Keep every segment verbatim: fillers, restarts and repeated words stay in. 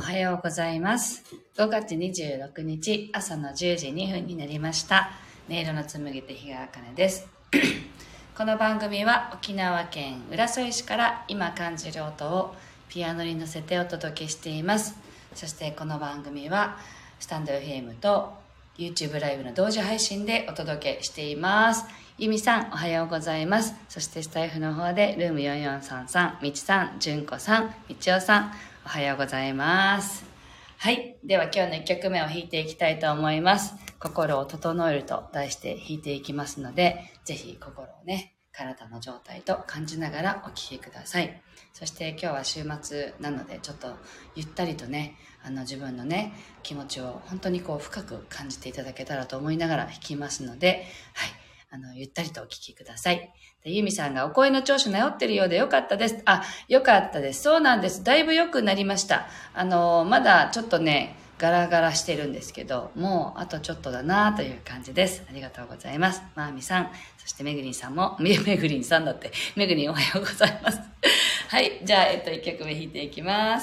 はようございます。ごがつにじゅうろくにち朝のじゅうじにふんになりました。音色の紡ぎ手日川茜です。この番組は沖縄県浦添市から今感じる音をピアノに乗せてお届けしています。そしてこの番組はスタンド エフエム と YouTube ライブの同時配信でお届けしています。ゆみさんおはようございます。そしてスタイフの方でルームよんよんさんさん、みちさん、じゅんこさん、みちおさんおはようございます。はい。では今日のいっきょくめを弾いていきたいと思います。心を整えると題して弾いていきますので、ぜひ心をね、体の状態と感じながらお聴きください。そして今日は週末なので、ちょっとゆったりとね、あの自分のね、気持ちを本当にこう深く感じていただけたらと思いながら弾きますので、はい。あの、ゆったりとお聞きください。で、ゆみさんがお声の調子治ってるようでよかったです。あ、よかったです。そうなんです。だいぶ良くなりました。あの、まだちょっとね、ガラガラしてるんですけど、もうあとちょっとだなという感じです。ありがとうございます。まーみさん、そしてめぐりんさんも、めぐりんさんだって、めぐりんおはようございます。はい、じゃあ、えっと、いっきょくめ弾いていきます。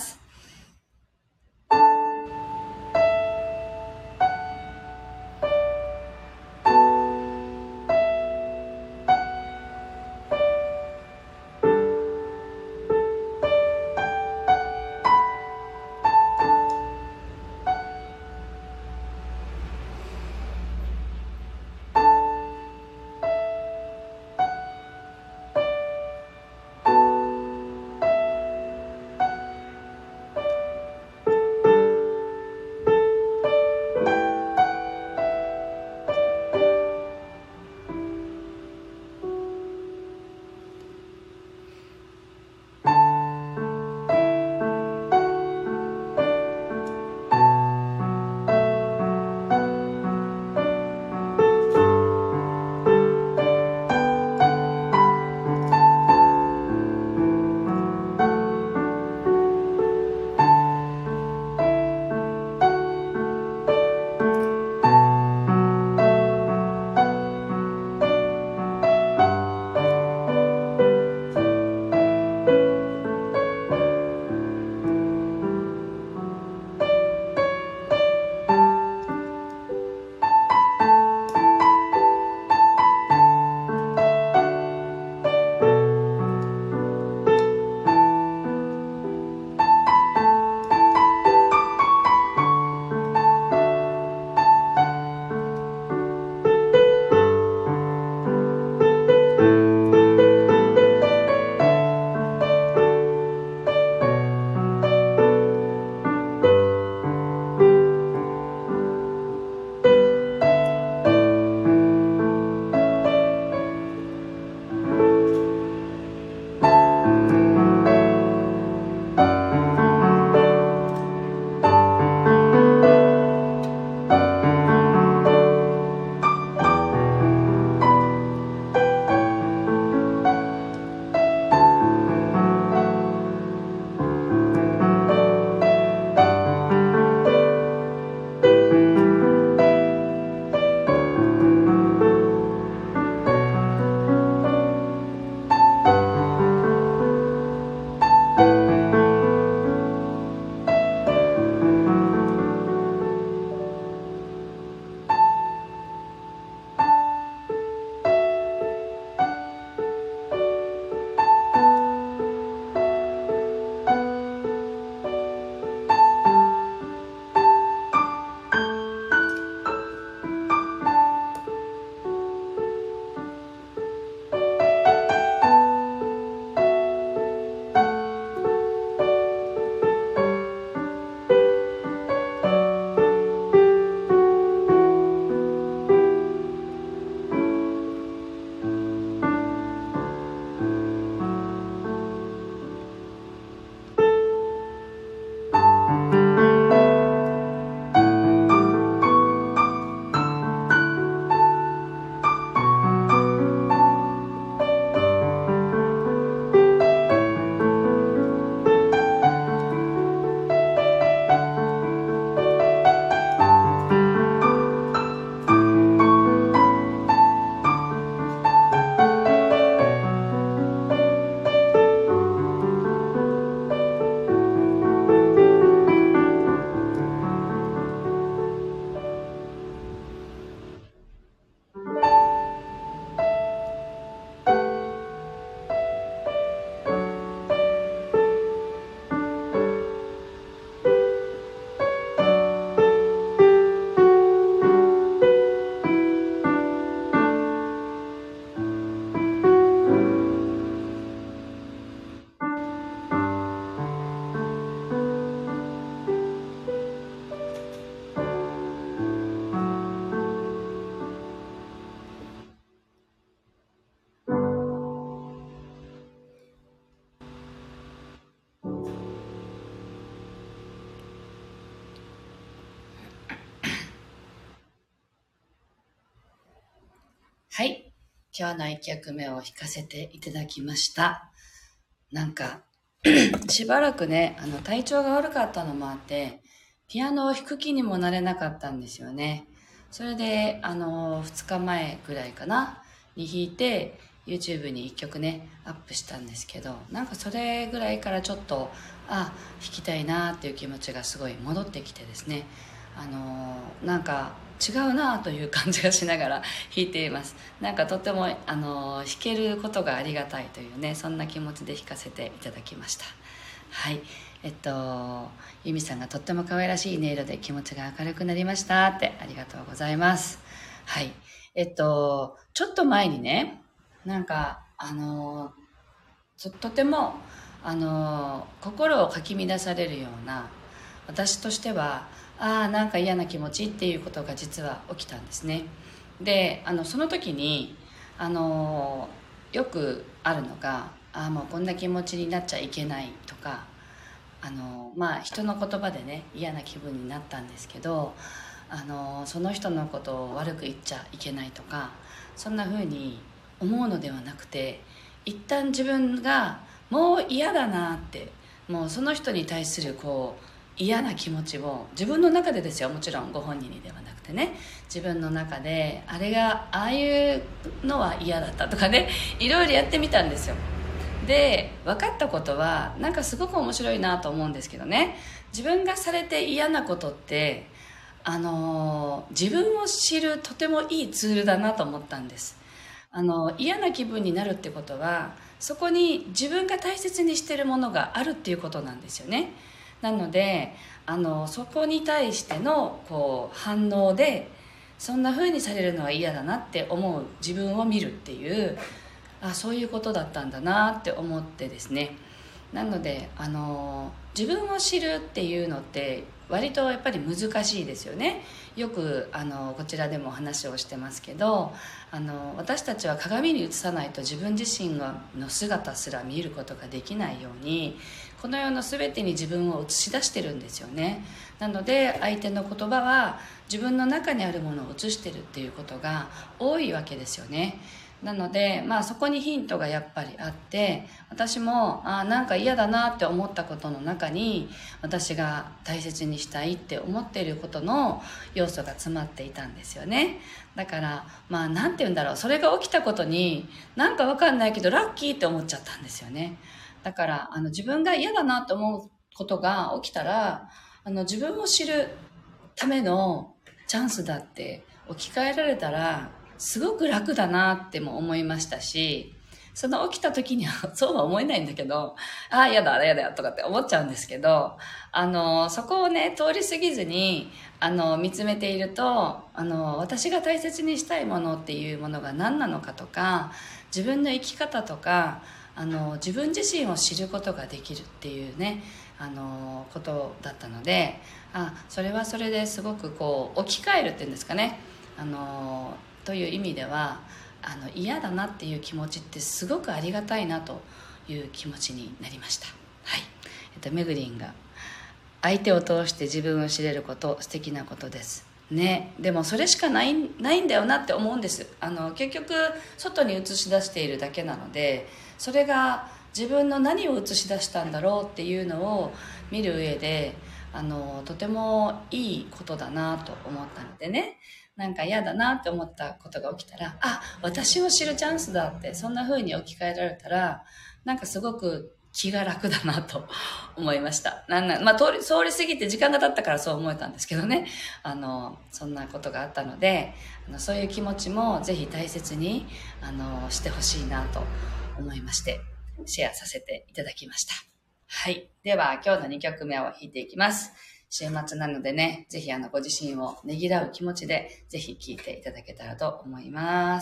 はい。今日のいっきょくめを弾かせていただきました。なんか、しばらくね、あの、体調が悪かったのもあって、ピアノを弾く気にもなれなかったんですよね。それで、あの、ふつかまえぐらいかな、に弾いて、YouTube にいっきょくね、アップしたんですけど、なんかそれぐらいからちょっと、あ、弾きたいなっていう気持ちがすごい戻ってきてですね、あのなんか違うなという感じがしながら弾いています。なんかとてもあの弾けることがありがたいというね、そんな気持ちで弾かせていただきました。はい。えっと由美さんがとっても可愛らしい音色で気持ちが明るくなりましたって、ありがとうございます。はい。えっとちょっと前にね、なんかあのととてもあの心をかき乱されるような、私としてはああなんか嫌な気持ちっていうことが実は起きたんですね。であのその時にあのよくあるのが、ああもうこんな気持ちになっちゃいけないとか、あのまあ人の言葉でね嫌な気分になったんですけど、あのその人のことを悪く言っちゃいけないとか、そんな風に思うのではなくて、一旦自分がもう嫌だなって、もうその人に対するこう嫌な気持ちを自分の中でですよ、もちろんご本人にではなくてね、自分の中であれがああいうのは嫌だったとかね、いろいろやってみたんですよ。で分かったことはなんかすごく面白いなと思うんですけどね、自分がされて嫌なことってあの自分を知るとてもいいツールだなと思ったんです。あの嫌な気分になるってことは、そこに自分が大切にしているものがあるっていうことなんですよね。なのであのそこに対してのこう反応で、そんな風にされるのは嫌だなって思う自分を見るっていう、あそういうことだったんだなって思ってですね。なのであの自分を知るっていうのって割とやっぱり難しいですよね。よくあのこちらでも話をしてますけど、あの私たちは鏡に映さないと自分自身の姿すら見ることができないように、この世の全てに自分を映し出してるんですよね。なので相手の言葉は自分の中にあるものを映してるっていうことが多いわけですよね。なので、まあ、そこにヒントがやっぱりあって、私もあなんか嫌だなって思ったことの中に、私が大切にしたいって思っていることの要素が詰まっていたんですよね。だからまあなんて言うんだろう、それが起きたことになんかわかんないけどラッキーって思っちゃったんですよね。だからあの自分が嫌だなと思うことが起きたら、あの自分を知るためのチャンスだって置き換えられたらすごく楽だなっても思いましたし、その起きた時にはそうは思えないんだけど、ああやだやだとかって思っちゃうんですけど、あのそこをね通り過ぎずにあの見つめていると、あの私が大切にしたいものっていうものが何なのかとか、自分の生き方とか、あの自分自身を知ることができるっていうね、あのことだったので、あそれはそれですごくこう置き換えるっていうんですかね、あのという意味ではあの嫌だなっていう気持ちってすごくありがたいなという気持ちになりました。はい、えっと、めぐりんが相手を通して自分を知れること素敵なことですね。でもそれしかないないんだよなって思うんです。あの結局外に映し出しているだけなので、それが自分の何を映し出したんだろうっていうのを見る上で、あのとてもいいことだなと思ったのでね、なんか嫌だなって思ったことが起きたら、あ私を知るチャンスだって、そんな風に置き換えられたら、なんかすごく気が楽だなと思いました。なんなんまあ通り通り過ぎて時間が経ったからそう思えたんですけどね、あのそんなことがあったので、あのそういう気持ちもぜひ大切にあのしてほしいなと思いまして、シェアさせていただきました。はい。では今日のにきょくめを弾いていきます。週末なのでね、ぜひあのご自身をねぎらう気持ちでぜひ聴いていただけたらと思います。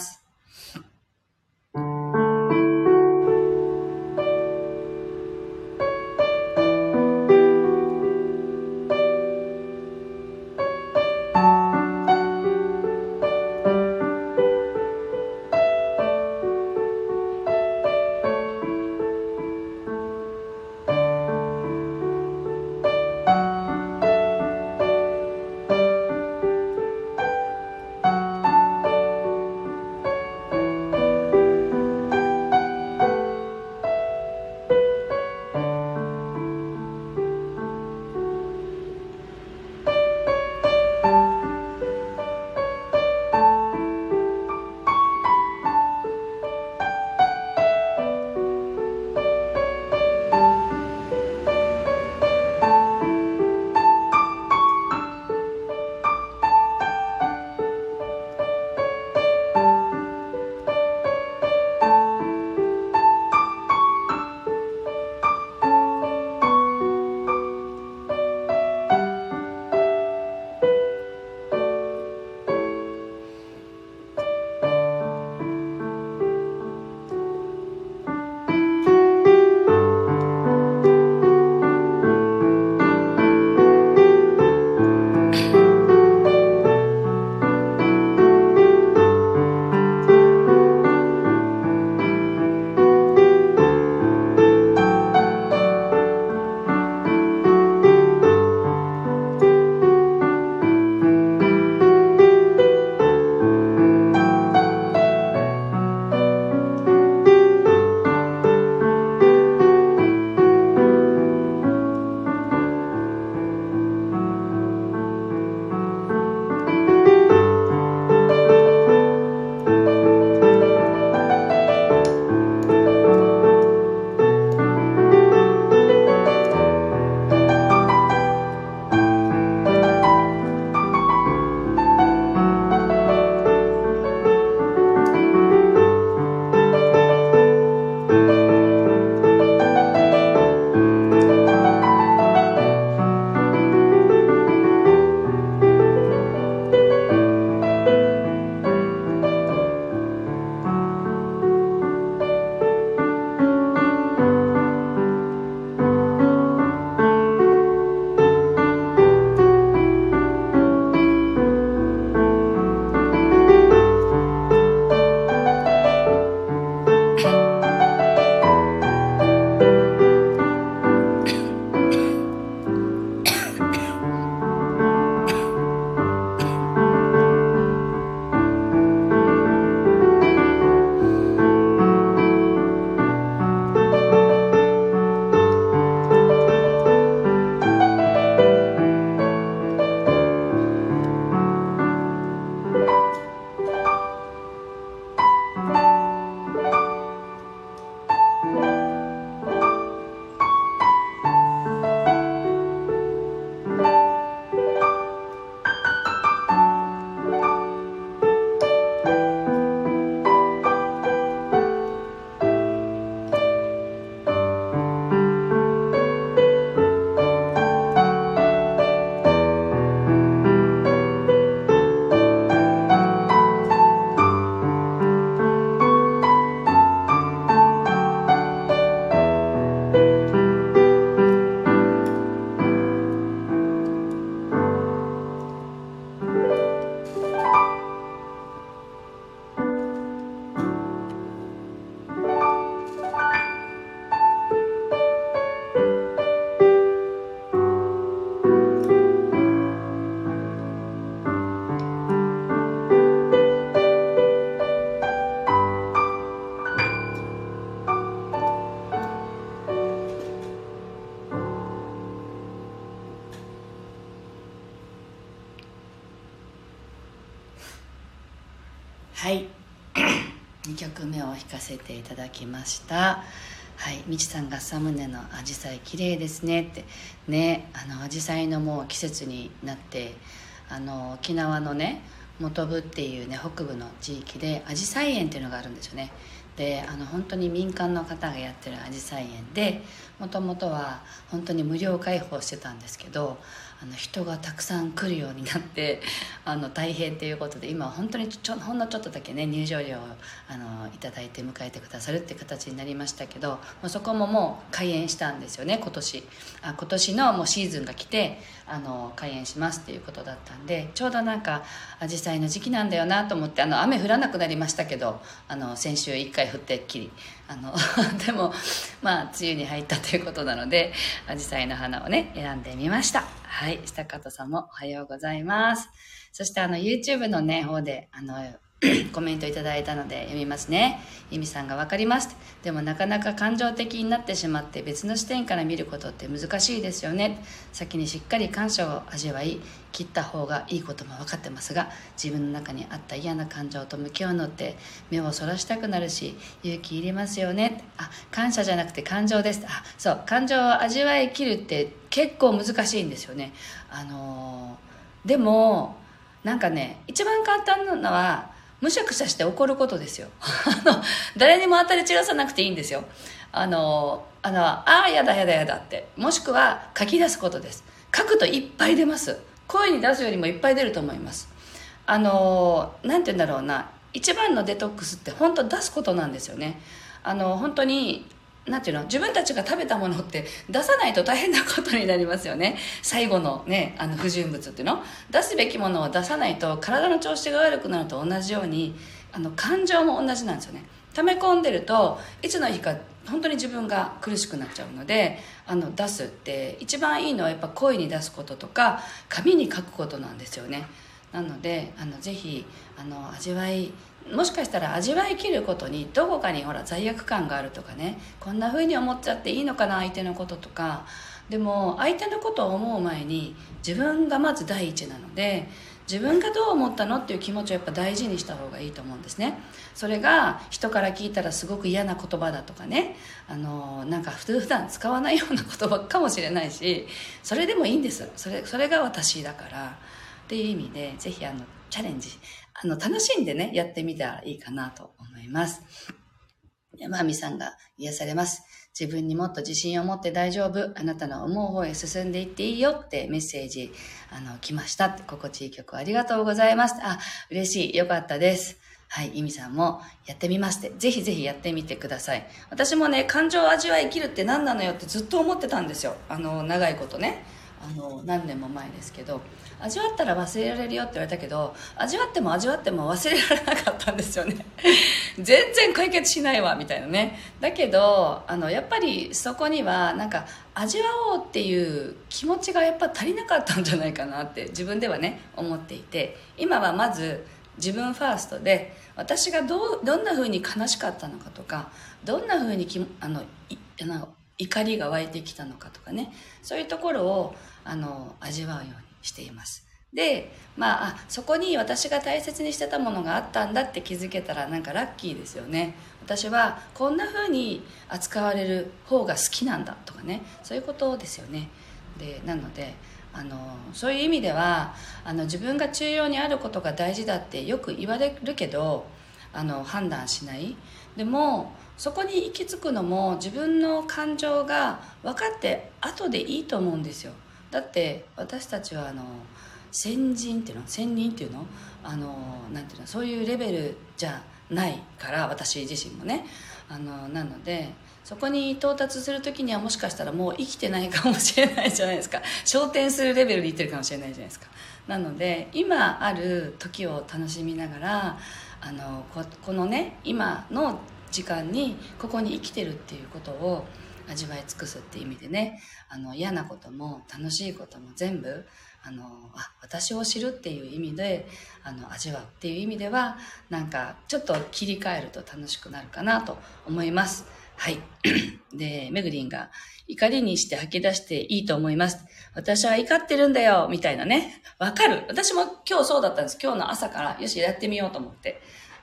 はい。にきょくめを弾かせていただきました。はい、みちさんが政宗のアジサイ綺麗ですねってね、あのアジサイのもう季節になって、あの沖縄のね本部っていうね北部の地域でアジサイ園っていうのがあるんですよね。で、あの本当に民間の方がやってるアジサイ園で、もともとは本当に無料開放してたんですけど、あの人がたくさん来るようになってあの大変っていうことで、今は本当にちょほんのちょっとだけね入場料をあのいただいて迎えてくださるっていう形になりましたけど、もうそこももう開園したんですよね。今年あ今年のもうシーズンが来てあの開園しますっていうことだったんで、ちょうどなんかアジサイの時期なんだよなと思って、あの雨降らなくなりましたけど、あの先週いっかい降ってっきりあのでもまあ梅雨に入ったということなので、アジサイの花をね選んでみました。はい、下方さんもおはようございます。そしてあの YouTube のね方であのコメントいただいたので読みますね。ゆみさんがわかります。でもなかなか感情的になってしまって別の視点から見ることって難しいですよね。先にしっかり感謝を味わい切った方がいいことも分かってますが、自分の中にあった嫌な感情と向き合うのって目をそらしたくなるし勇気いりますよね。あ、感謝じゃなくて感情です。あ、そう、感情を味わい切るって結構難しいんですよね。あのー、でもなんかね、一番簡単なのはむしゃくしゃして怒ることですよ。あの誰にも当たり散らさなくていいんですよ。あのあのああやだやだやだって、もしくは書き出すことです。書くといっぱい出ます。声に出すよりもいっぱい出ると思います。あのなんて言うんだろうな、一番のデトックスって本当出すことなんですよね。あの本当になんていうの、自分たちが食べたものって出さないと大変なことになりますよね。最後のね、あの不純物っていうの、出すべきものを出さないと体の調子が悪くなると同じように、あの感情も同じなんですよね。溜め込んでるといつの日か本当に自分が苦しくなっちゃうので、あの出すって一番いいのはやっぱ声に出すこととか紙に書くことなんですよね。なのであのぜひあの味わい、もしかしたら味わい切ることにどこかにほら罪悪感があるとかね、こんな風に思っちゃっていいのかな相手のこととか。でも相手のことを思う前に自分がまず第一なので、自分がどう思ったのっていう気持ちをやっぱ大事にした方がいいと思うんですね。それが人から聞いたらすごく嫌な言葉だとかね、あのなんか普段使わないような言葉かもしれないし、それでもいいんです。それそれが私だからっていう意味で、ぜひあのチャレンジあの楽しんでねやってみたらいいかなと思います。山美さんが癒されます。自分にもっと自信を持って大丈夫、あなたの思う方へ進んでいっていいよってメッセージあの来ましたって。心地いい曲ありがとうございます。あ、嬉しい、よかったです。はい、イミさんもやってみますって、ぜひぜひやってみてください。私もね、感情を味わい生きるって何なのよってずっと思ってたんですよ。あの長いことね、あの何年も前ですけど、味わったら忘れられるよって言われたけど、味わっても味わっても忘れられなかったんですよね。全然解決しないわみたいなね。だけどあのやっぱりそこにはなんか味わおうっていう気持ちがやっぱ足りなかったんじゃないかなって自分ではね思っていて、今はまず自分ファーストで、私がどうどんな風に悲しかったのかとか、どんな風にきあのいあの怒りが湧いてきたのかとかね、そういうところをあの味わうようにしています。で、まあ、あそこに私が大切にしてたものがあったんだって気づけたらなんかラッキーですよね。私はこんな風に扱われる方が好きなんだとかね、そういうことですよね。でなのであのそういう意味ではあの自分が中央にあることが大事だってよく言われるけど、あの判断しない。でもそこに行き着くのも自分の感情が分かって後でいいと思うんですよ。だって私たちはあの先人っていうの先人っていうのあのなんていうの、そういうレベルじゃないから、私自身もねあのなのでそこに到達する時にはもしかしたらもう生きてないかもしれないじゃないですか。昇天するレベルにいってるかもしれないじゃないですか。なので今ある時を楽しみながら、あの こ, このね今の時間にここに生きてるっていうことを味わい尽くすっていう意味でね、あの嫌なことも楽しいことも全部あのあ私を知るっていう意味であの味わうっていう意味では、なんかちょっと切り替えると楽しくなるかなと思います。はい。で、めぐりんが怒りにして吐き出していいと思います。私は怒ってるんだよみたいなね。わかる。私も今日そうだったんです。今日の朝からよしやってみようと思って、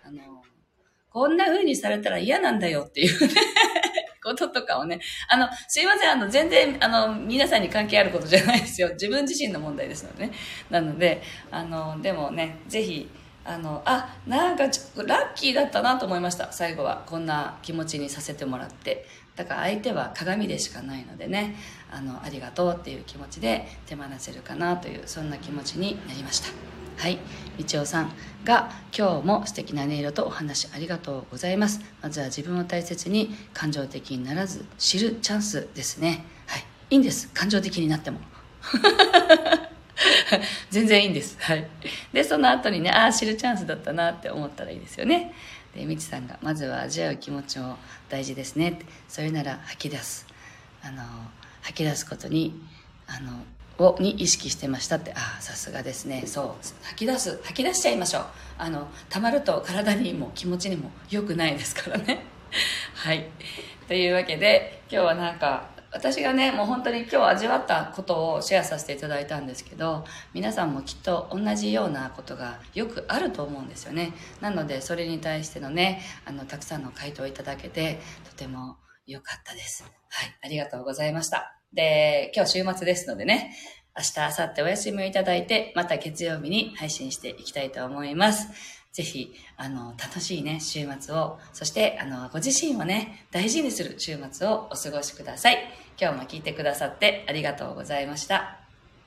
あの、こんな風にされたら嫌なんだよっていうね、こととかをね、あの、すいません、あの、全然、あの、皆さんに関係あることじゃないですよ。自分自身の問題ですのでね。なので、あの、でもね、ぜひ、あの、あ、なんかちょっとラッキーだったなと思いました。最後は。こんな気持ちにさせてもらって。だから相手は鏡でしかないのでね、あの、ありがとうっていう気持ちで手放せるかなという、そんな気持ちになりました。はい、みちおさんが今日も素敵な音色とお話ありがとうございます。まずは自分を大切に感情的にならず知るチャンスですね。はい、いいんです、感情的になっても全然いいんです。はい。で、その後にね、ああ、知るチャンスだったなって思ったらいいですよね。で、みちさんが、まずは味わう気持ちも大事ですね。それなら吐き出す。あの、吐き出すことに、あの、をに意識してましたって。ああ、さすがですね。そう吐き出す吐き出しちゃいましょう。あの溜まると体にも気持ちにも良くないですからねはいというわけで、今日はなんか私がね、もう本当に今日味わったことをシェアさせていただいたんですけど、皆さんもきっと同じようなことがよくあると思うんですよね。なのでそれに対してのね、あのたくさんの回答をいただけてとても良かったです。はい、ありがとうございました。で、今日週末ですのでね、明日、明後日お休みをいただいて、また月曜日に配信していきたいと思います。ぜひ、あの、楽しいね、週末を、そして、あの、ご自身をね、大事にする週末をお過ごしください。今日も聞いてくださってありがとうございました。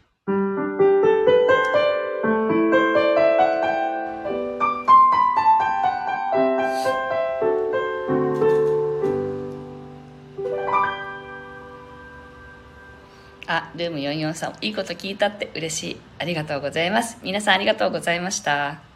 あ、ルームよんよんさん、いいこと聞いたって嬉しい。ありがとうございます。皆さんありがとうございました。